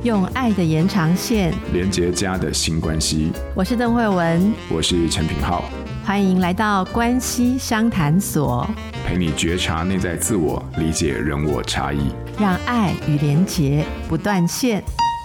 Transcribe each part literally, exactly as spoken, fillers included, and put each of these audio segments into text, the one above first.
用爱的延长线连结家的新关系。 我是邓惠文， 我是陈品皓， 欢迎来到关系商谈所， 陪你觉察内在自我，理解人我差异， 让爱与连结不断线。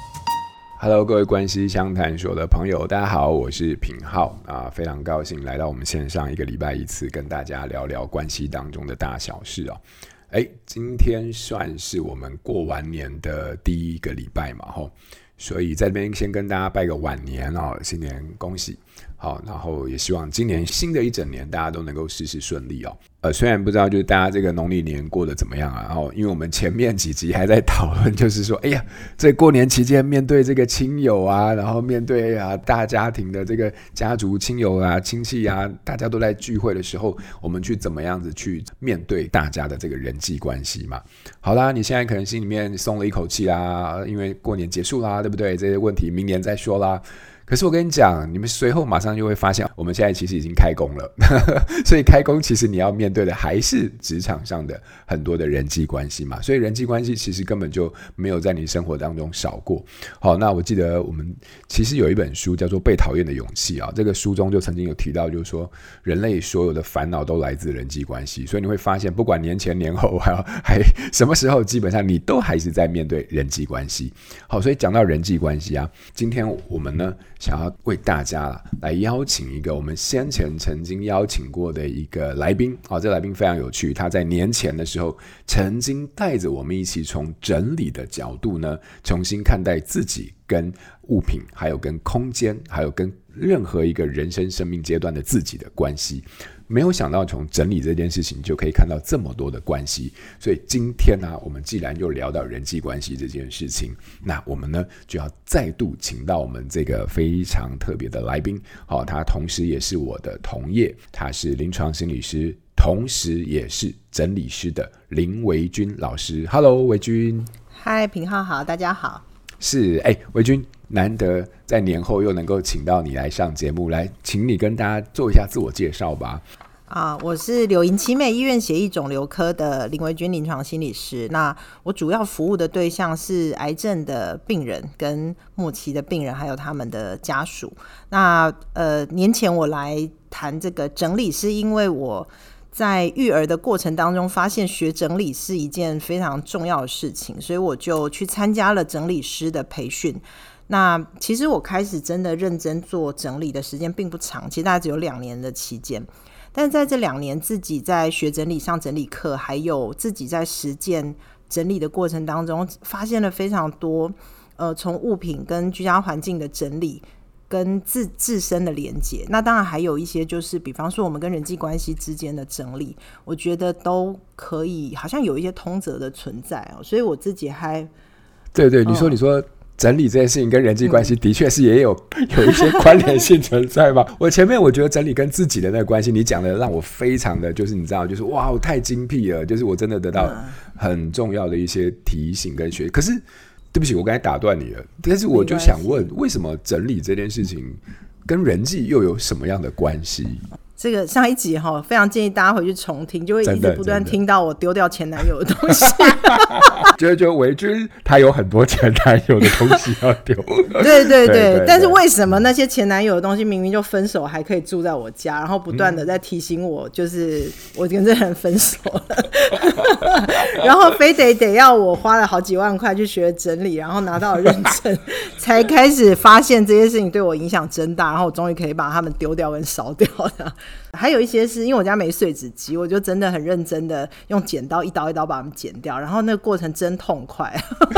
Hello， 各位关系相谈所的朋友，大家好，我是品皓啊，非常高兴来到我们线上一个礼拜一次，跟大家聊聊关系当中的大小事哦。哎，今天算是我们过完年的第一个礼拜嘛，吼，所以在这边先跟大家拜个晚年哦，新年恭喜。好，然后也希望今年新的一整年大家都能够事事顺利哦。呃，虽然不知道就是大家这个农历年过得怎么样啊，然后因为我们前面几集还在讨论，就是说，哎呀，这过年期间面对这个亲友啊，然后面对啊大家庭的这个家族亲友啊、亲戚啊，大家都在聚会的时候，我们去怎么样子去面对大家的这个人际关系嘛？好啦，你现在可能心里面松了一口气啦，因为过年结束啦，对不对？这些问题明年再说啦。可是我跟你讲，你们随后马上就会发现，我们现在其实已经开工了，所以开工其实你要面对的还是职场上的很多的人际关系嘛，所以人际关系其实根本就没有在你生活当中少过。好，那我记得我们其实有一本书叫做《被讨厌的勇气》啊，这个书中就曾经有提到，就是说人类所有的烦恼都来自人际关系，所以你会发现，不管年前年后还还什么时候，基本上你都还是在面对人际关系。好，所以讲到人际关系啊，今天我们呢，想要为大家来邀请一个我们先前曾经邀请过的一个来宾、哦、这个来宾非常有趣，他在年前的时候曾经带着我们一起从整理的角度呢，重新看待自己跟物品，还有跟空间，还有跟任何一个人生生命阶段的自己的关系。没有想到从整理这件事情就可以看到这么多的关系，所以今天呢、啊，我们既然又聊到人际关系这件事情，那我们呢就要再度请到我们这个非常特别的来宾，哦，他同时也是我的同业，他是临床心理师，同时也是整理师的林维君老师。Hello， 维君。 嗨，品皓好，大家好。 是，哎，维君，难得在年后又能够请到你来上节目，来，请你跟大家做一下自我介绍吧。 啊，我是柳营奇美医院血液肿瘤科的林维君临床心理师。那我主要服务的对象是癌症的病人、跟末期的病人，还有他们的家属。那呃，年前我来谈这个整理，是因为我在育儿的过程当中发现学整理是一件非常重要的事情，所以我就去参加了整理师的培训。那其实我开始真的认真做整理的时间并不长，其实大概只有两年的期间。但是在这两年自己在学整理、上整理课，还有自己在实践整理的过程当中，发现了非常多呃，从物品跟居家环境的整理跟 自, 自身的连结。那当然还有一些就是比方说我们跟人际关系之间的整理，我觉得都可以好像有一些通则的存在、哦、所以我自己还对对，你说、嗯、你说整理这件事情跟人际关系的确是也有、嗯、有一些关联性存在嘛。我前面我觉得整理跟自己的那个关系，你讲的让我非常的就是你知道，就是哇，我太精辟了，就是我真的得到很重要的一些提醒跟学习。可是对不起，我刚才打断你了，但是我就想问，为什么整理这件事情跟人际又有什么样的关系？ 这个上一集哈，非常建议大家回去重听，就会一直不断听到我丢掉前男友的东西。 觉得就维君他有很多前男友的东西要丢。 对对 对, 对, 对，但是为什么那些前男友的东西明明就分手还可以住在我家，然后不断的在提醒我，就是我跟这人分手了，然后非得得要我花了好几万块去学整理，然后拿到了认证，才开始发现这些事情对我影响真大，然后我终于可以把他们丢掉跟烧掉的。还有一些是因为我家没碎纸机，我就真的很认真的用剪刀一刀一刀把它们剪掉，然后那个过程真痛快。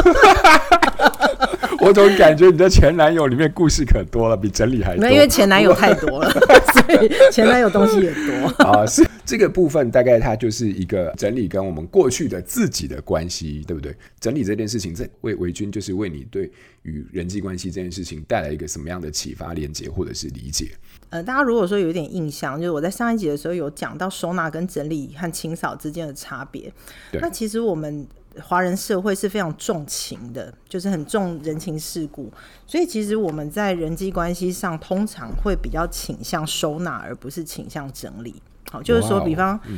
我总感觉你的前男友里面故事可多了，比整理还多。 没有，因为前男友太多了，所以前男友东西也多。 啊，是这个部分大概它就是一个整理跟我们过去的自己的关系，对不对？整理这件事情在为维君就是为你对于人际关系这件事情带来一个什么样的启发、连结或者是理解？ 呃，大家如果说有一点印象，就是我在上一集的时候有讲到收纳跟整理和清扫之间的差别。那其实我们华人社会是非常重情的，就是很重人情世故，所以其实我们在人际关系上通常会比较倾向收纳，而不是倾向整理。好，就是说比方、wow, 嗯、比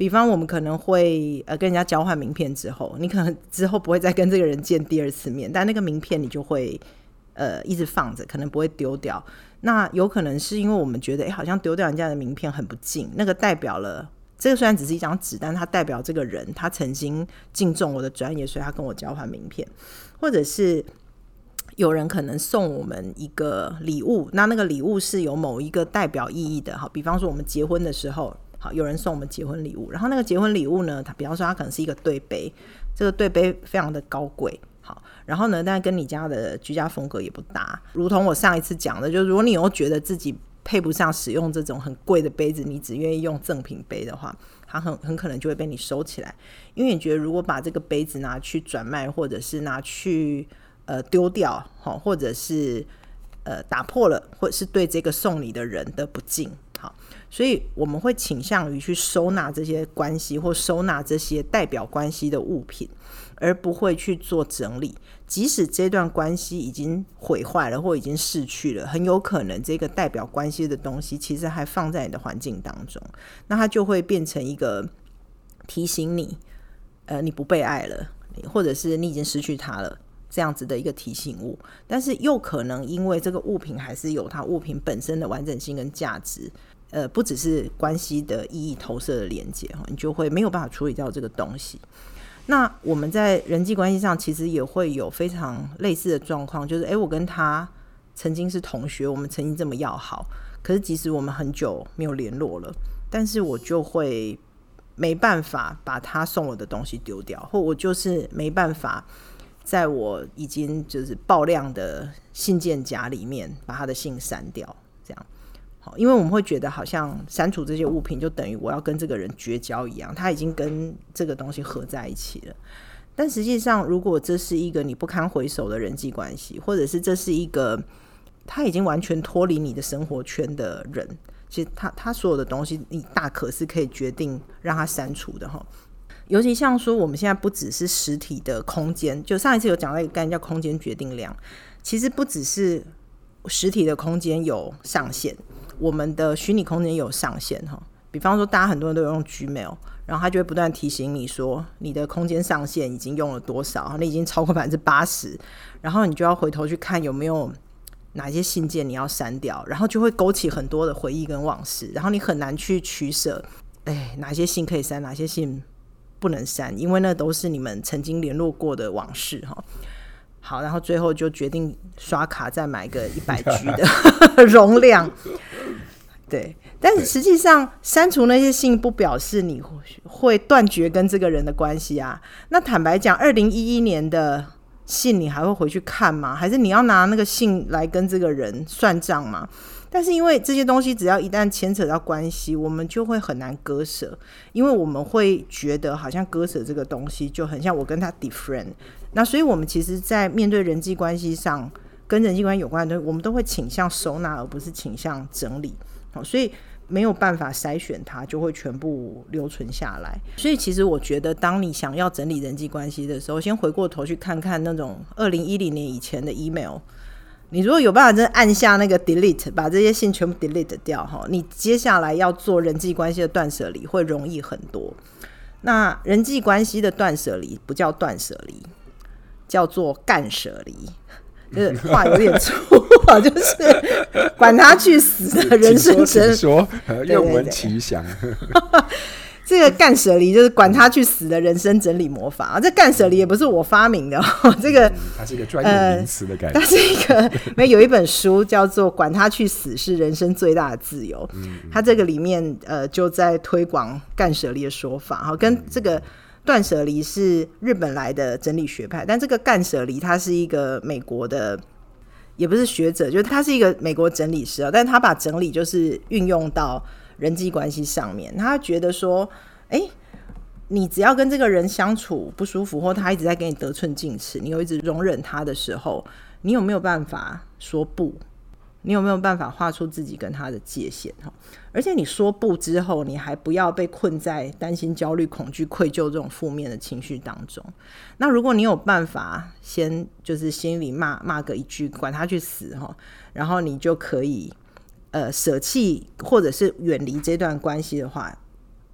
比方我们可能会呃跟人家交换名片之后，你可能之后不会再跟这个人见第二次面，但那个名片你就会呃一直放着，可能不会丢掉。那有可能是因为我们觉得哎，好像丢掉人家的名片很不敬，那个代表了这个虽然只是一张纸，但它代表这个人他曾经敬重我的专业，所以他跟我交换名片。或者是有人可能送我们一个礼物，那那个礼物是有某一个代表意义的，好，比方说我们结婚的时候，好，有人送我们结婚礼物，然后那个结婚礼物呢，它比方说它可能是一个对杯，这个对杯非常的高贵，好，然后呢，但跟你家的居家风格也不搭，如同我上一次讲的，就是如果你又觉得自己配不上使用这种很贵的杯子，你只愿意用赠品杯的话，它 很, 很可能就会被你收起来，因为你觉得如果把这个杯子拿去转卖，或者是拿去呃丢掉，或者是呃打破了，或者是对这个送你的人的不敬，好，所以我们会倾向于去收纳这些关系，或收纳这些代表关系的物品，而不会去做整理。即使这段关系已经毁坏了或已经逝去了，很有可能这个代表关系的东西其实还放在你的环境当中，那它就会变成一个提醒你呃，你不被爱了，或者是你已经失去它了，这样子的一个提醒物。但是又可能因为这个物品还是有它物品本身的完整性跟价值，呃，不只是关系的意义投射的连接，你就会没有办法处理掉这个东西。那我们在人际关系上其实也会有非常类似的状况，就是诶，我跟他曾经是同学，我们曾经这么要好，可是即使我们很久没有联络了，但是我就会没办法把他送我的东西丢掉，或我就是没办法在我已经就是爆量的信件夹里面把他的信删掉，这样。好，因为我们会觉得好像删除这些物品就等于我要跟这个人绝交一样，他已经跟这个东西合在一起了。但实际上如果这是一个你不堪回首的人际关系，或者是这是一个他已经完全脱离你的生活圈的人，其实 他, 他所有的东西你大可是可以决定让他删除的。尤其像说我们现在不只是实体的空间，就上一次有讲到一个概念叫空间决定量，其实不只是实体的空间有上限，我们的虚拟空间有上限。比方说大家很多人都有用 Gmail， 然后他就会不断提醒你说你的空间上限已经用了多少，你已经超过 百分之八十， 然后你就要回头去看有没有哪些信件你要删掉，然后就会勾起很多的回忆跟往事，然后你很难去取舍，哎，哪些信可以删，哪些信不能删，因为那都是你们曾经联络过的往事。好，然后最后就决定刷卡再买个一百 G 的容量。对，但是实际上删除那些信不表示你会断绝跟这个人的关系啊。那坦白讲，二零一一年的信你还会回去看吗？还是你要拿那个信来跟这个人算账吗？但是因为这些东西只要一旦牵扯到关系，我们就会很难割舍，因为我们会觉得好像割舍这个东西就很像我跟他 different。 那所以我们其实在面对人际关系上，跟人际关系有关的东西，我们都会倾向收纳而不是倾向整理，所以没有办法筛选它，就会全部留存下来。所以其实我觉得当你想要整理人际关系的时候，先回过头去看看那种二零一零年以前的 email，你如果有办法真的按下那个 delete， 把这些信全部 delete 掉，你接下来要做人际关系的断舍离会容易很多。那人际关系的断舍离不叫断舍离，叫做干舍离，就是话有点粗就是管他去死的人生整说愿闻其详。 这个干舍离就是管他去死的人生整理魔法、啊、这干舍离也不是我发明的、哦、这个、嗯、 它是一个专业名词的概念、呃、它是一个有一本书叫做管他去死是人生最大的自由、嗯、它这个里面、呃、就在推广干舍离的说法，跟这个断舍离是日本来的整理学派，但这个干舍离他是一个美国的，也不是学者，就是他是一个美国整理师、哦、但他把整理就是运用到人际关系上面。他觉得说哎，你只要跟这个人相处不舒服，或他一直在给你得寸进尺，你又一直容忍他的时候，你有没有办法说不？你有没有办法画出自己跟他的界限？而且你说不之后，你还不要被困在担心、焦虑、恐惧、愧疚这种负面的情绪当中。那如果你有办法先就是心里骂骂个一句管他去死，然后你就可以呃舍弃或者是远离这段关系的话，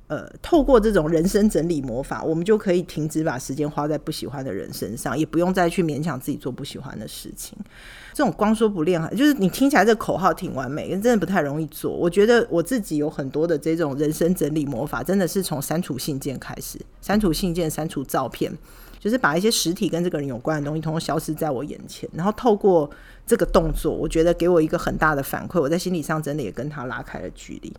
呃，透过这种人生整理魔法，我们就可以停止把时间花在不喜欢的人身上，也不用再去勉强自己做不喜欢的事情。这种光说不练，就是你听起来这个口号挺完美，真的不太容易做。我觉得我自己有很多的这种人生整理魔法，真的是从删除信件开始，删除信件、删除照片，就是把一些实体跟这个人有关的东西统统消失在我眼前，然后透过这个动作，我觉得给我一个很大的反馈，我在心理上真的也跟他拉开了距离。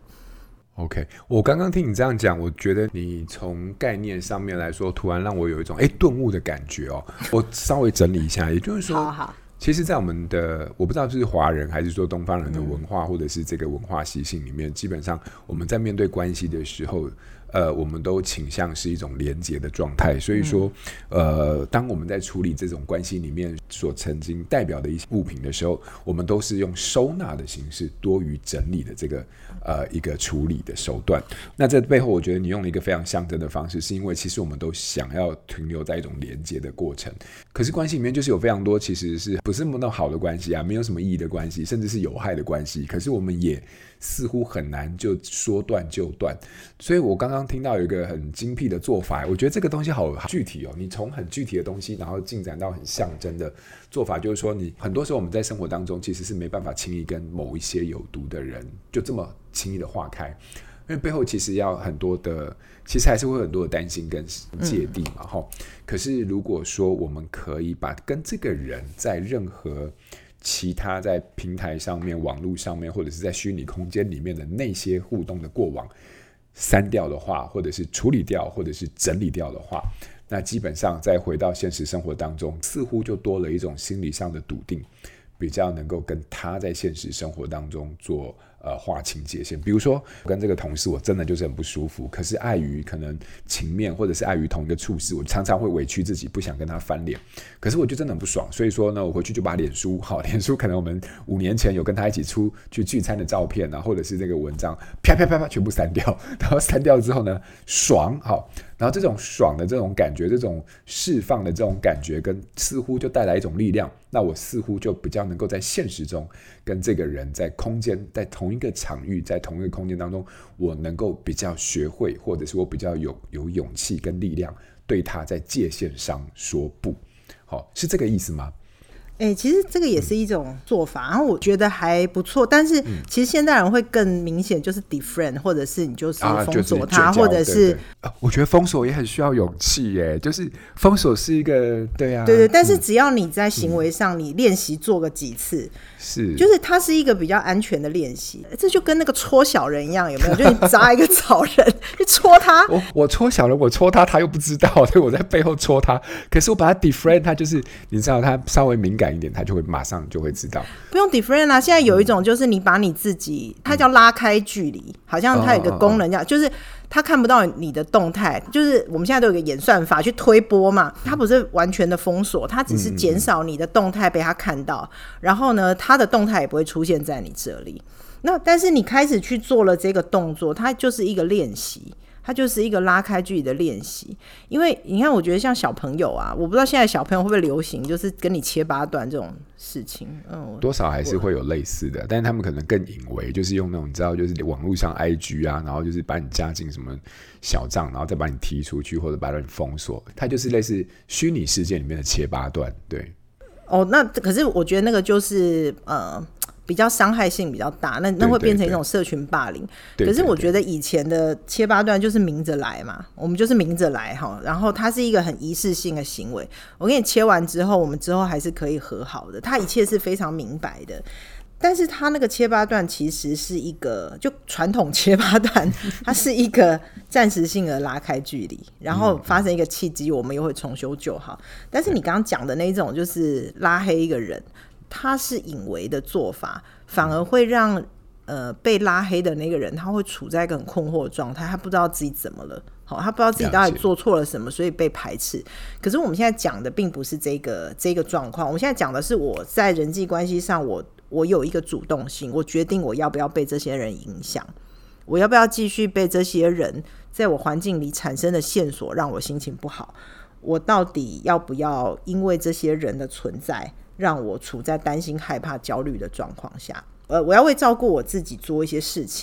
OK， 我刚刚听你这样讲，我觉得你从概念上面来说，突然让我有一种哎顿悟的感觉哦。我稍微整理一下，也就是说， 好好， 其实，在我们的我不知道是华人还是说东方人的文化，或者是这个文化习性里面，基本上我们在面对关系的时候，呃，我们都倾向是一种连结的状态。所以说，呃，当我们在处理这种关系里面所曾经代表的一些物品的时候，我们都是用收纳的形式多于整理的这个呃一个处理的手段。那这背后，我觉得你用了一个非常象征的方式，是因为其实我们都想要停留在一种连结的过程。可是关系里面就是有非常多其实是不是那么好的关系啊，没有什么意义的关系，甚至是有害的关系。可是我们也似乎很难就说断就断。所以我刚刚听到有一个很精辟的做法，我觉得这个东西好具体哦。你从很具体的东西，然后进展到很象征的做法，就是说你很多时候我们在生活当中其实是没办法轻易跟某一些有毒的人就这么轻易的化开，因为背后其实要很多的，其实还是会有很多的担心跟芥蒂嘛、嗯、可是如果说我们可以把跟这个人在任何其他在平台上面、网络上面，或者是在虚拟空间里面的那些互动的过往删掉的话，或者是处理掉，或者是整理掉的话，那基本上再回到现实生活当中，似乎就多了一种心理上的笃定，比较能够跟他在现实生活当中做呃划清界限。比如说我跟这个同事我真的就是很不舒服，可是碍于可能情面，或者是碍于同一个处事，我常常会委屈自己，不想跟他翻脸，可是我就真的很不爽，所以说呢，我回去就把脸书好脸书可能我们五年前有跟他一起出去聚餐的照片啊，或者是这个文章啪啪啪啪全部删掉，然后删掉之后呢，爽好，然后这种爽的这种感觉，这种释放的这种感觉，跟似乎就带来一种力量，那我似乎就比较能够在现实中跟这个人在空间，在同一个场域，在同一个空间当中，我能够比较学会，或者是我比较有有勇气跟力量对他在界限上说不。好，是这个意思吗？ 欸、其实这个也是一种做法、嗯、然后我觉得还不错，但是其实现代人会更明显，就是 defriend 或者是你就是封锁他、啊就是、或者是对对、啊、我觉得封锁也很需要勇气耶，就是封锁是一个对啊， 对对，但是只要你在行为上你练习做个几次、嗯、是就是它是一个比较安全的练习，这就跟那个戳小人一样，有没有？就你扎一个草人去戳他我, 我戳小人，我戳他他又不知道，所以我在背后戳他，可是我把他 defriend， 他就是你知道他稍微敏感一点，他就会马上就会知道。 不用 defriend 啊，现在有一种就是你把你自己，它叫拉开距离，好像它有一个功能叫，就是他看不到你的动态，就是我们现在都有一个演算法去推播嘛，它不是完全的封锁，它只是减少你的动态被他看到，然后呢，他的动态也不会出现在你这里。那但是你开始去做了这个动作，它就是一个练习。它就是一个拉开距离的练习，因为你看，我觉得像小朋友啊，我不知道现在小朋友会不会流行，就是跟你切八段这种事情，嗯， 多少还是会有类似的，但是他们可能更隐微，就是用那种你知道，就是网络上 I G 啊，然后就是把你加进什么小账，然后再把你踢出去，或者把你封锁，它就是类似虚拟世界里面的切八段，对。 哦，那可是我觉得那个就是呃。比较伤害性比较大，那那会变成一种社群霸凌。对对对，可是我觉得以前的切八段就是明着来嘛，我们就是明着来哈，然后它是一个很仪式性的行为。我跟你切完之后，我们之后还是可以和好的，它一切是非常明白的。但是它那个切八段其实是一个，就传统切八段，它是一个暂时性的拉开距离，然后发生一个契机，我们又会重修旧好。但是你刚刚讲的那一种，就是拉黑一个人。他是隐微的做法，反而会让呃被拉黑的那个人，他会处在一个很困惑的状态，他不知道自己怎么了，好，他不知道自己到底做错了什么，所以被排斥。可是我们现在讲的并不是这个这个状况，我们现在讲的是我在人际关系上，我我有一个主动性，我决定我要不要被这些人影响，我要不要继续被这些人在我环境里产生的线索让我心情不好，我到底要不要因为这些人的存在让我处在担心、害怕、焦虑的状况下，呃，我要为照顾我自己做一些事情，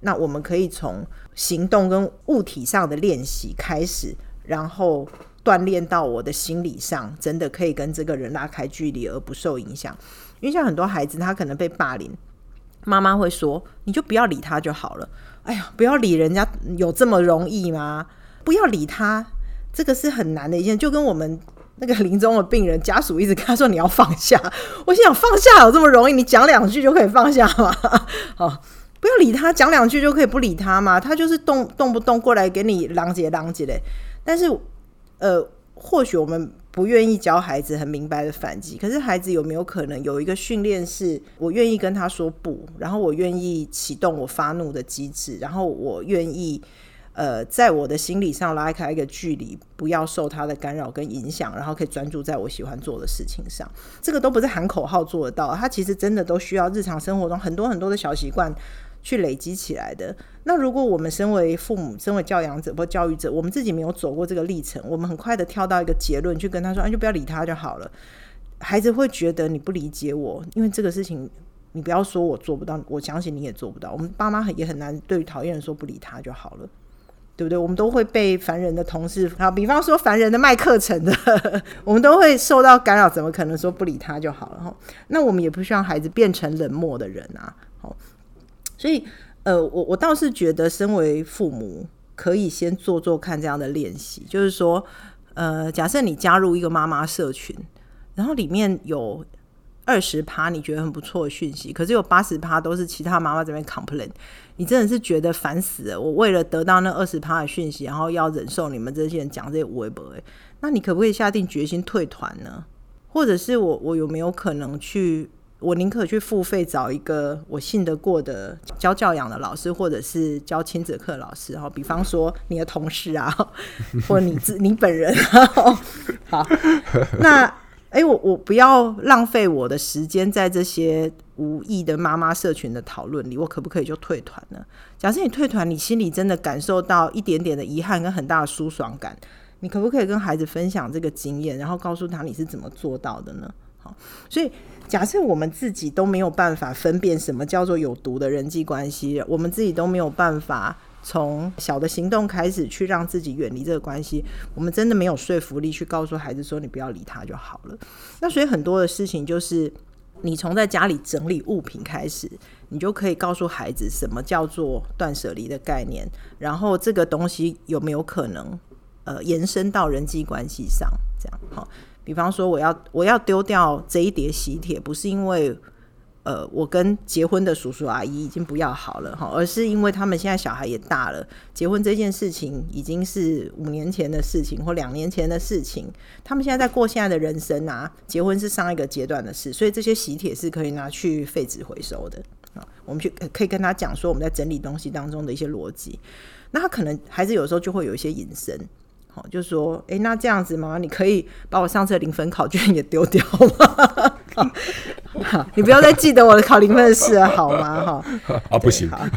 那我们可以从行动跟物体上的练习开始，然后锻炼到我的心理上真的可以跟这个人拉开距离而不受影响。因为像很多孩子他可能被霸凌，妈妈会说你就不要理他就好了，哎呀不要理人家有这么容易吗？不要理他，这个是很难的一件，就跟我们那个临终的病人家属一直跟他说你要放下，我心想放下有这么容易？你讲两句就可以放下吗？好，不要理他，讲两句就可以不理他吗？他就是动动不动过来给你啷节啷节嘞。但是呃，或许我们不愿意教孩子很明白的反击，可是孩子有没有可能有一个训练是我愿意跟他说不，然后我愿意启动我发怒的机制，然后我愿意呃，在我的心理上拉开一个距离，不要受他的干扰跟影响，然后可以专注在我喜欢做的事情上。这个都不是喊口号做得到，他其实真的都需要日常生活中很多很多的小习惯去累积起来的。那如果我们身为父母，身为教养者或教育者，我们自己没有走过这个历程，我们很快的跳到一个结论去跟他说、啊、就不要理他就好了，孩子会觉得你不理解我，因为这个事情你不要说我做不到，我相信你也做不到。我们爸妈也很难对于讨厌人说不理他就好了，对不对？我们都会被烦人的同事，好，比方说烦人的卖课程的我们都会受到干扰，怎么可能说不理他就好了？那我们也不希望孩子变成冷漠的人啊。所以呃，我我倒是觉得身为父母可以先做做看这样的练习，就是说呃，假设你加入一个妈妈社群，然后里面有百分之二十你觉得很不错的讯息，可是有百分之八十都是其他妈妈这边 complain， 你真的是觉得烦死了，我为了得到那 百分之二十 的讯息，然后要忍受你们这些人讲这些微博，那你可不可以下定决心退团呢？或者是我我有没有可能去，我宁可去付费找一个我信得过的教教养的老师，或者是教亲子课的老师，比方说你的同事啊，或者 你, 你本人啊。好，那哎，我我不要浪费我的时间在这些无意的妈妈社群的讨论里，我可不可以就退团呢？假设你退团，你心里真的感受到一点点的遗憾跟很大的舒爽感，你可不可以跟孩子分享这个经验，然后告诉他你是怎么做到的呢？好，所以假设我们自己都没有办法分辨什么叫做有毒的人际关系，我们自己都没有办法从小的行动开始去让自己远离这个关系，我们真的没有说服力去告诉孩子说你不要理他就好了。那所以很多的事情就是你从在家里整理物品开始，你就可以告诉孩子什么叫做断舍离的概念，然后这个东西有没有可能呃延伸到人际关系上，这样好。比方说我要我要丢掉这一叠喜帖，不是因为呃，我跟结婚的叔叔阿姨已经不要好了，而是因为他们现在小孩也大了，结婚这件事情已经是五年前的事情或两年前的事情，他们现在在过现在的人生啊，结婚是上一个阶段的事，所以这些喜帖是可以拿去废纸回收的。我们去可以跟他讲说我们在整理东西当中的一些逻辑，那他可能孩子有时候就会有一些引申，好，就说哎，那这样子妈妈你可以把我上次的零分考卷也丢掉吗？好，你不要再记得我的考零分的事了好吗？ 啊，不行。 好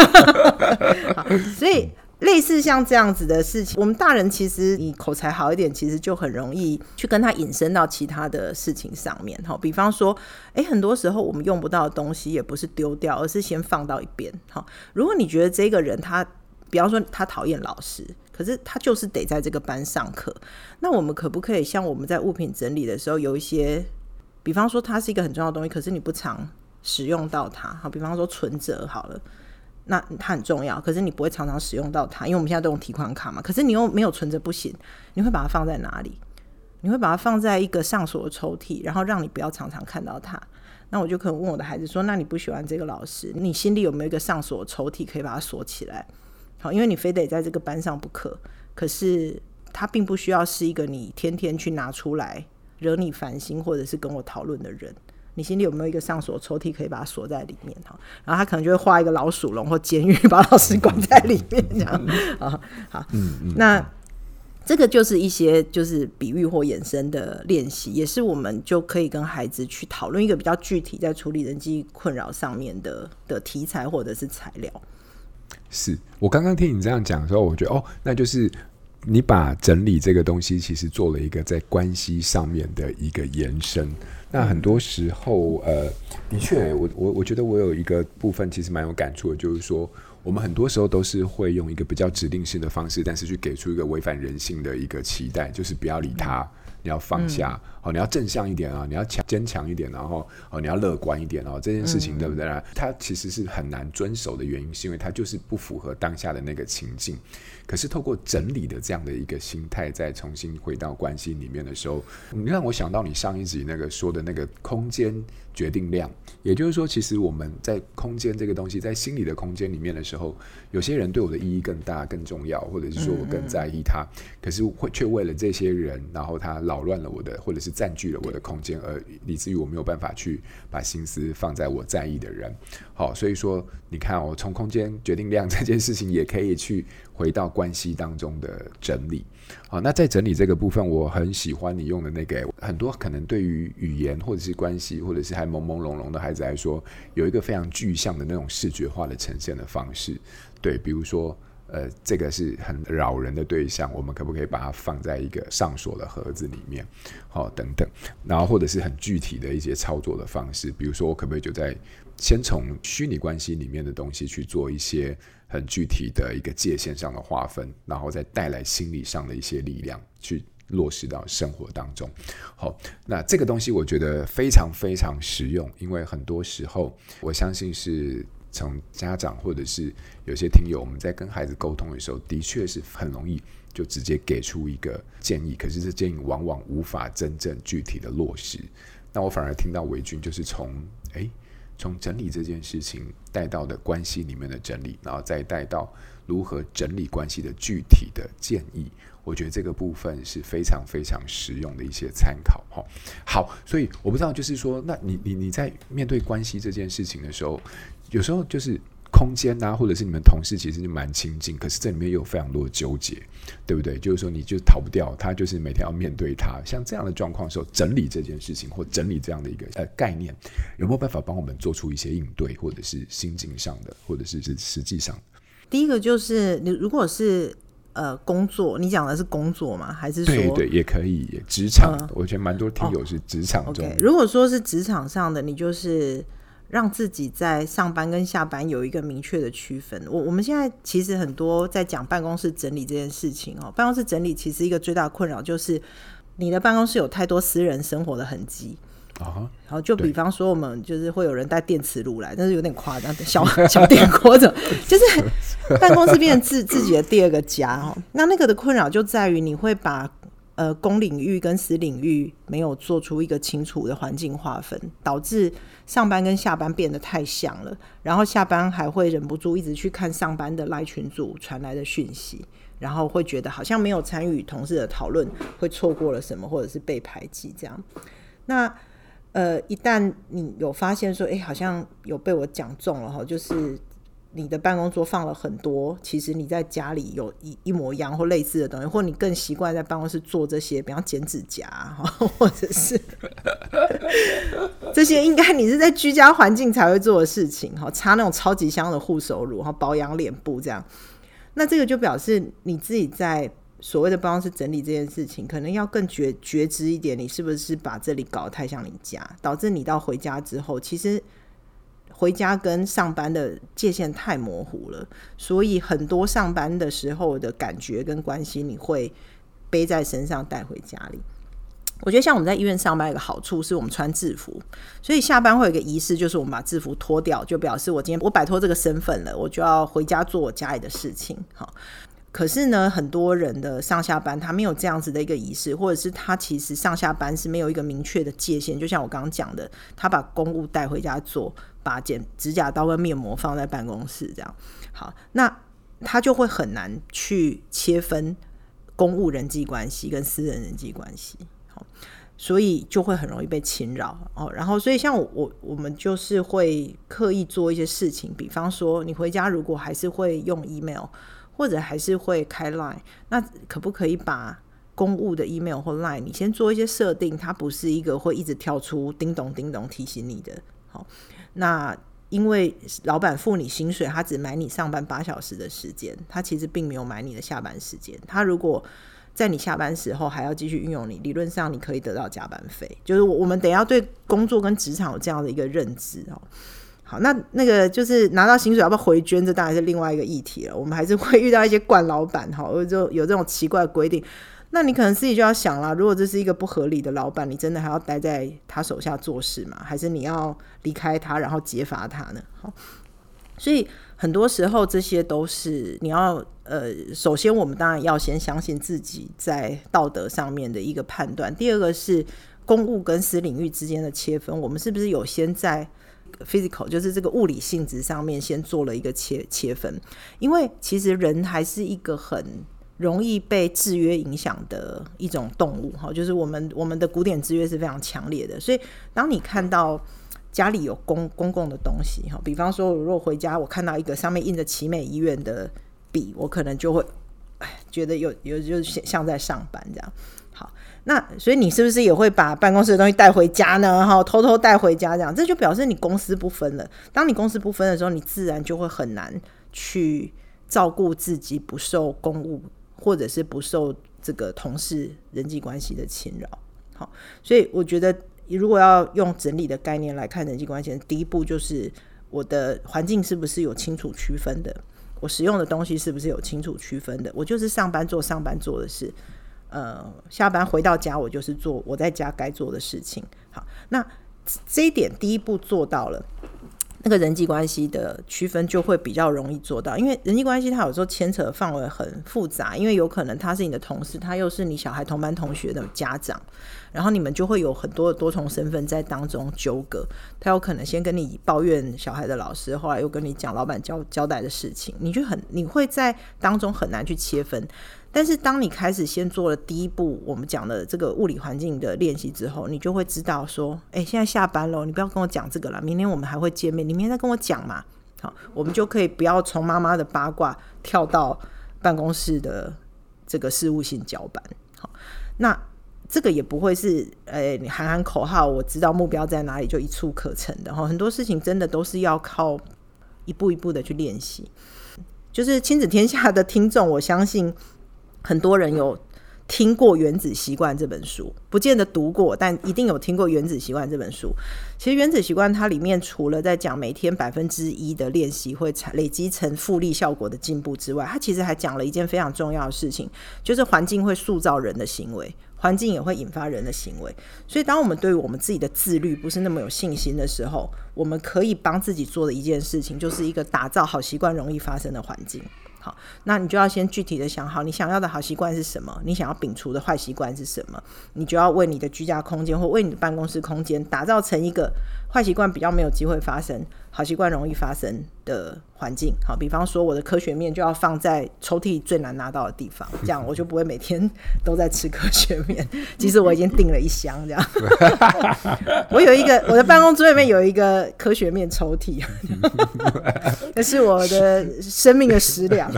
所以类似像这样子的事情，我们大人其实你口才好一点，其实就很容易去跟他引申到其他的事情上面。比方说诶很多时候我们用不到的东西也不是丢掉，而是先放到一边。如果你觉得这个人他比方说他讨厌老师，可是他就是得在这个班上课，那我们可不可以像我们在物品整理的时候有一些，比方说它是一个很重要的东西，可是你不常使用到它，好，比方说存折好了，那它很重要，可是你不会常常使用到它，因为我们现在都用提款卡嘛，可是你又没有存折不行，你会把它放在哪里？你会把它放在一个上锁的抽屉，然后让你不要常常看到它。那我就可能问我的孩子说，那你不喜欢这个老师，你心里有没有一个上锁的抽屉可以把它锁起来？好，因为你非得在这个班上不可，可是它并不需要是一个你天天去拿出来惹你烦心或者是跟我讨论的人，你心里有没有一个上锁抽屉可以把它锁在里面？然后他可能就会画一个老鼠笼或监狱把老师关在里面这样。好, 好嗯嗯那这个就是一些就是比喻或衍生的练习，也是我们就可以跟孩子去讨论一个比较具体在处理人际困扰上面 的, 的题材或者是材料。 是我刚刚听你这样讲的时候，我觉得哦，那就是你把整理这个东西其实做了一个在关系上面的一个延伸。那很多时候呃，的确我我我觉得我有一个部分其实蛮有感触的，就是说我们很多时候都是会用一个比较指令式的方式，但是去给出一个违反人性的一个期待，就是不要理他，你要放下、嗯哦、你要正向一点啊，你要坚强一点，然后、哦、你要乐观一点、哦、这件事情、嗯、对不对？它其实是很难遵守的原因是因为它就是不符合当下的那个情境。可是透过整理的这样的一个心态再重新回到关系里面的时候，你让我想到你上一集那个说的那个空间决定量，也就是说其实我们在空间这个东西在心理的空间里面的时候，有些人对我的意义更大更重要，或者是说我更在意他、嗯嗯、可是会却为了这些人然后他扰乱了我的或者是占据了我的空间，而以至于我没有办法去把心思放在我在意的人。好，所以说你看哦，从空间决定量这件事情也可以去回到关系当中的整理。好，那在整理这个部分我很喜欢你用的那个，很多可能对于语言或者是关系或者是还朦朦胧胧的孩子来说，有一个非常具象的那种视觉化的呈现的方式。对，比如说呃，这个是很扰人的对象，我们可不可以把它放在一个上锁的盒子里面、哦、等等，然后或者是很具体的一些操作的方式，比如说我可不可以就在先从虚拟关系里面的东西去做一些很具体的一个界限上的划分，然后再带来心理上的一些力量去落实到生活当中。好，那这个东西我觉得非常非常实用，因为很多时候我相信是从家长或者是有些听友，我们在跟孩子沟通的时候的确是很容易就直接给出一个建议，可是这建议往往无法真正具体的落实。那我反而听到维君就是从诶从整理这件事情带到的关系里面的整理，然后再带到如何整理关系的具体的建议，我觉得这个部分是非常非常实用的一些参考。好，所以我不知道就是说，那你你你在面对关系这件事情的时候，有时候就是空间啊，或者是你们同事其实就蛮亲近，可是这里面有非常多的纠结，对不对？就是说你就逃不掉他，就是每天要面对他。像这样的状况的时候，整理这件事情或整理这样的一个呃概念，有没有办法帮我们做出一些应对，或者是心境上的，或者是实际上的？ 第一个就是你如果是呃工作，你讲的是工作吗？还是说对对也可以职场、呃？我觉得蛮多听友是职场中、哦 okay。 如果说是职场上的，你就是让自己在上班跟下班有一个明确的区分。我我们现在其实很多在讲办公室整理这件事情哦，办公室整理其实一个最大的困扰就是你的办公室有太多私人生活的痕迹。Uh-huh, 然后就比方说我们就是会有人带电磁炉来，但是有点夸张，小小电锅的，就是办公室变成自自己的第二个家、哦、那那个的困扰就在于你会把呃公领域跟私领域没有做出一个清楚的环境划分，导致上班跟下班变得太像了，然后下班还会忍不住一直去看上班的 LINE 群组传来的讯息，然后会觉得好像没有参与同事的讨论，会错过了什么，或者是被排挤这样。那呃，一旦你有发现说，哎，好像有被我讲中了哈，就是你的办公桌放了很多，其实你在家里有 一, 一模一样或类似的东西，或你更习惯在办公室做这些，比方剪指甲，或者是这些应该你是在居家环境才会做的事情，擦那种超级香的护手乳，保养脸部这样，那这个就表示你自己在所谓的办公室整理这件事情可能要更 觉, 觉知一点，你是不是把这里搞得太像你家，导致你到回家之后其实回家跟上班的界限太模糊了，所以很多上班的时候的感觉跟关系你会背在身上带回家里。我觉得像我们在医院上班有个好处是我们穿制服，所以下班会有一个仪式，就是我们把制服脱掉，就表示我今天我摆脱这个身份了，我就要回家做我家里的事情。好，可是呢很多人的上下班他没有这样子的一个仪式，或者是他其实上下班是没有一个明确的界限，就像我刚刚讲的，他把公务带回家做，把剪指甲刀跟面膜放在办公室这样。好，那他就会很难去切分公务人际关系跟私人人际关系，好，所以就会很容易被侵扰、哦、然后所以像 我, 我, 我们就是会刻意做一些事情，比方说你回家如果还是会用 email 或者还是会开 LINE， 那可不可以把公务的 email 或 LINE 你先做一些设定，它不是一个会一直跳出叮咚叮咚提醒你的。好，那因为老板付你薪水，他只买你上班八小时的时间，他其实并没有买你的下班时间，他如果在你下班时候还要继续运用你，理论上你可以得到加班费，就是我们得要对工作跟职场有这样的一个认知、哦、 好，那那个就是拿到薪水要不要回捐，这当然是另外一个议题了。我们还是会遇到一些惯老板，或者有这种奇怪的规定，那你可能自己就要想啦，如果这是一个不合理的老板，你真的还要待在他手下做事吗？还是你要离开他然后揭发他呢？好，所以很多时候这些都是你要呃，首先我们当然要先相信自己在道德上面的一个判断，第二个是公务跟私领域之间的切分，我们是不是有先在 physical 就是这个物理性质上面先做了一个 切, 切分，因为其实人还是一个很容易被制约影响的一种动物，就是我们我们的古典制约是非常强烈的，所以当你看到家里有 公, 公共的东西，比方说我如果回家我看到一个上面印着奇美医院的笔，我可能就会觉得有有就像在上班这样。好，那所以你是不是也会把办公室的东西带回家呢？偷偷带回家这样，这就表示你公私不分了。当你公私不分的时候，你自然就会很难去照顾自己，不受公务或者是不受这个同事人际关系的侵扰。好，所以我觉得如果要用整理的概念来看人际关系，第一步就是我的环境是不是有清楚区分的，我使用的东西是不是有清楚区分的，我就是上班做上班做的事，呃，下班回到家我就是做我在家该做的事情。好，那这一点第一步做到了，那个人际关系的区分就会比较容易做到，因为人际关系它有时候牵扯的范围很复杂，因为有可能他是你的同事，他又是你小孩同班同学的家长，然后你们就会有很多的多重身份在当中纠葛，他有可能先跟你抱怨小孩的老师，后来又跟你讲老板 交, 交代的事情，你就很你会在当中很难去切分。但是当你开始先做了第一步我们讲的这个物理环境的练习之后，你就会知道说，哎，现在下班了，你不要跟我讲这个了，明天我们还会见面，你明天再跟我讲嘛。好，我们就可以不要从妈妈的八卦跳到办公室的这个事务性交班。好，那这个也不会是呃你喊喊口号我知道目标在哪里就一触可成的，很多事情真的都是要靠一步一步的去练习。就是亲子天下的听众，我相信很多人有听过《原子习惯》这本书，不见得读过，但一定有听过《原子习惯》这本书。其实《原子习惯》它里面除了在讲每天百分之一的练习会累积成复利效果的进步之外，它其实还讲了一件非常重要的事情，就是环境会塑造人的行为，环境也会引发人的行为。所以当我们对于我们自己的自律不是那么有信心的时候，我们可以帮自己做的一件事情，就是一个打造好习惯容易发生的环境。好，那你就要先具体的想好你想要的好习惯是什么，你想要摒除的坏习惯是什么，你就要为你的居家空间或为你的办公室空间打造成一个坏习惯比较没有机会发生，好习惯容易发生的环境。好，比方说我的科学面就要放在抽屉最难拿到的地方，这样我就不会每天都在吃科学面，即使我已经订了一箱这样。我有一个我的办公桌里面有一个科学面抽屉，那是我的生命的食粮。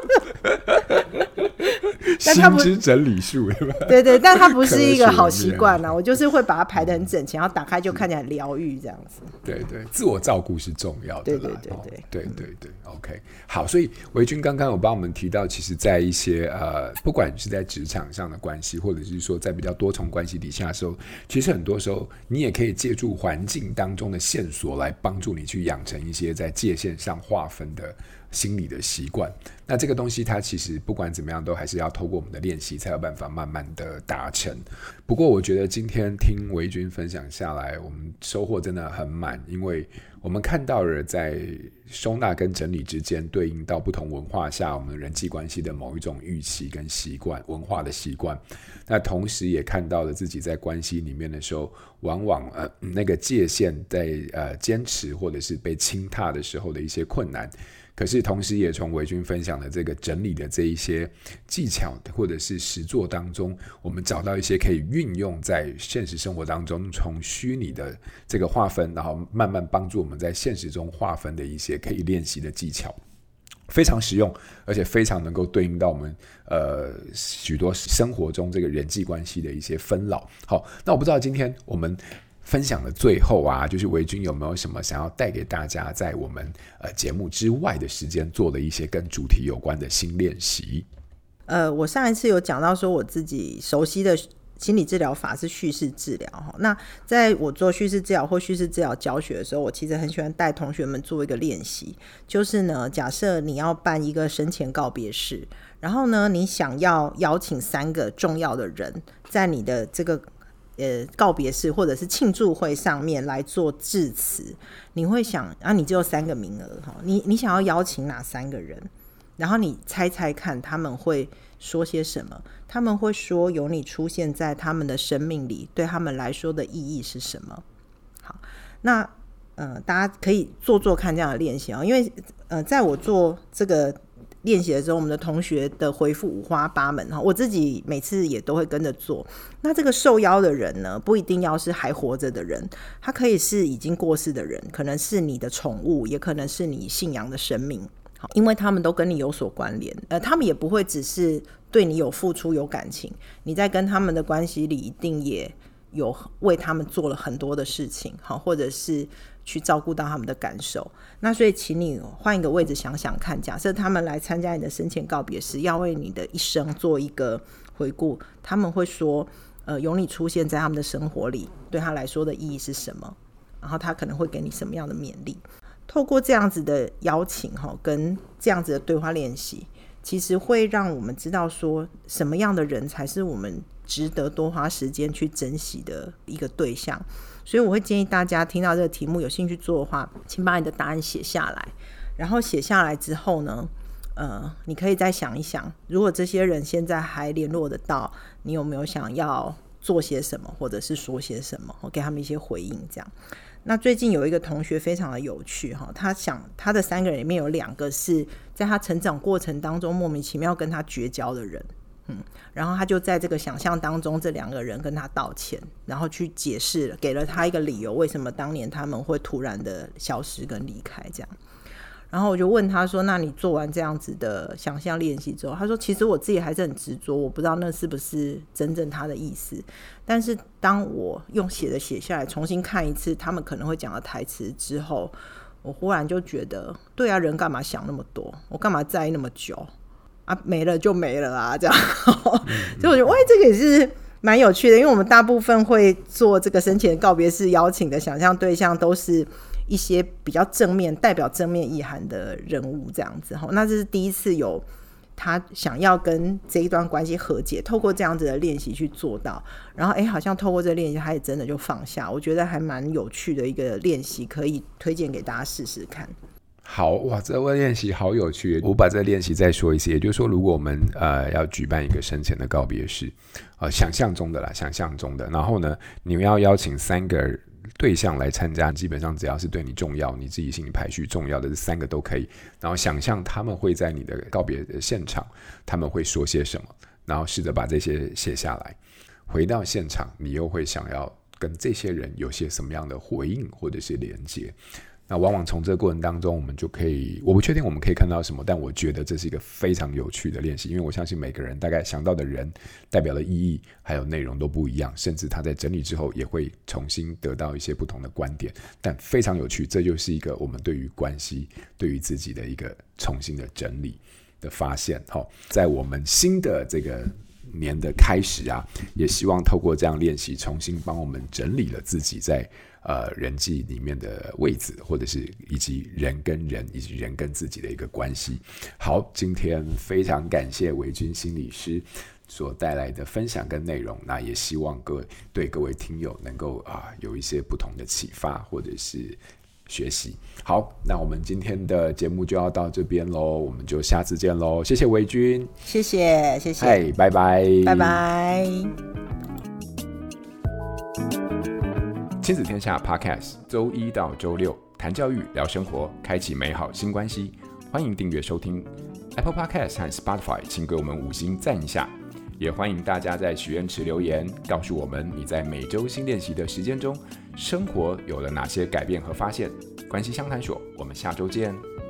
心之整理术， 对对，但它不是一个好习惯啦。我就是会把它排得很整齐，然后打开就看起来疗愈这样子。 对对，自我照顾是重要的啦。 对对对对、哦、 对对对 ，OK， 好。所以维君刚刚有帮我们提到，其实，在一些呃，不管是在职场上的关系，或者是说在比较多重关系底下的时候，其实很多时候你也可以借助环境当中的线索来帮助你去养成一些在界限上划分的心理的习惯。那这个东西它其实不管怎么样都还是要透过我们的练习才有办法慢慢的达成。不过我觉得今天听维君分享下来，我们收获真的很满，因为我们看到了在收纳跟整理之间对应到不同文化下我们人际关系的某一种预期跟习惯，文化的习惯。那同时也看到了自己在关系里面的时候，往往、呃、那个界限在呃坚持或者是被轻踏的时候的一些困难。可是同时也从维君分享的这个整理的这一些技巧或者是实作当中，我们找到一些可以运用在现实生活当中，从虚拟的这个划分，然后慢慢帮助我们在现实中划分的一些可以练习的技巧，非常实用，而且非常能够对应到我们呃许多生活中这个人际关系的一些纷扰。好，那我不知道今天我们分享的最后啊，就是维君有没有什么想要带给大家在我们呃节目之外的时间做的一些跟主题有关的新练习？ 呃，我上一次有讲到说我自己熟悉的心理治疗法是叙事治疗。那在我做叙事治疗或叙事治疗教学的时候，我其实很喜欢带同学们做一个练习，就是呢，假设你要办一个生前告别式，然后呢，你想要邀请三个重要的人在你的这个呃告别式或者是庆祝会上面来做致辞，你会想啊，你只有三个名额，你你想要邀请哪三个人？然后你猜猜看他们会说些什么？他们会说有你出现在他们的生命里对他们来说的意义是什么？好，那呃大家可以做做看这样的练习，因为呃在我做这个练习的时候，我们的同学的回复五花八门，我自己每次也都会跟着做。那这个受邀的人呢，不一定要是还活着的人，他可以是已经过世的人，可能是你的宠物，也可能是你信仰的生命，因为他们都跟你有所关联，呃，他们也不会只是对你有付出有感情，你在跟他们的关系里一定也有为他们做了很多的事情，或者是去照顾到他们的感受。那所以请你换一个位置想想看，假设他们来参加你的生前告别式，要为你的一生做一个回顾，他们会说呃，有你出现在他们的生活里对他来说的意义是什么，然后他可能会给你什么样的勉励。透过这样子的邀请跟这样子的对话练习，其实会让我们知道说什么样的人才是我们值得多花时间去珍惜的一个对象。所以我会建议大家听到这个题目有兴趣做的话，请把你的答案写下来，然后写下来之后呢呃，你可以再想一想，如果这些人现在还联络得到，你有没有想要做些什么或者是说些什么，给他们一些回应这样。那最近有一个同学非常的有趣，他想他的三个人里面有两个是在他成长过程当中莫名其妙跟他绝交的人，嗯，然后他就在这个想象当中，这两个人跟他道歉，然后去解释，给了他一个理由，为什么当年他们会突然的消失跟离开这样。然后我就问他说，那你做完这样子的想象练习之后，他说其实我自己还是很执着，我不知道那是不是真正他的意思，但是当我用写的写下来重新看一次他们可能会讲的台词之后，我忽然就觉得对啊，人干嘛想那么多，我干嘛在意那么久啊，没了就没了啊这样所以我觉得喂，这个也是蛮有趣的，因为我们大部分会做这个生前告别式邀请的想象对象都是一些比较正面代表正面意涵的人物这样子，那这是第一次有他想要跟这一段关系和解，透过这样子的练习去做到，然后哎，好像透过这个练习他也真的就放下，我觉得还蛮有趣的一个练习，可以推荐给大家试试看。 好哇，这个练习好有趣。我把这个练习再说一次，也就是说，如果我们呃要举办一个生前的告别式，呃，想象中的啦，想象中的，然后呢，你们要邀请三个对象来参加，基本上只要是对你重要，你自己心里排序重要的这三个都可以。然后想象他们会在你的告别的现场，他们会说些什么，然后试着把这些写下来。回到现场，你又会想要跟这些人有些什么样的回应或者是连接？那往往从这个过程当中，我们就可以，我不确定我们可以看到什么，但我觉得这是一个非常有趣的练习，因为我相信每个人大概想到的人代表的意义还有内容都不一样，甚至他在整理之后也会重新得到一些不同的观点，但非常有趣，这就是一个我们对于关系对于自己的一个重新的整理的发现。在我们新的这个年的开始啊，也希望透过这样练习重新帮我们整理了自己在呃人际里面的位置，或者是以及人跟人以及人跟自己的一个关系。好，今天非常感谢维君心理师所带来的分享跟内容，那也希望各位对各位听友能够啊有一些不同的启发或者是学习。好，那我们今天的节目就要到这边咯，我们就下次见咯，谢谢维君， 谢谢谢谢， 嗨，拜拜拜拜。 亲子天下 Podcast 周一到周六谈教育聊生活，开启美好新关系，欢迎订阅收听 Apple Podcast 和 Spotify， 请给我们五星赞一下，也欢迎大家在许愿池留言，告诉我们你在每周新练习的时间中，生活有了哪些改变和发现。关系相谈所，我们下周见。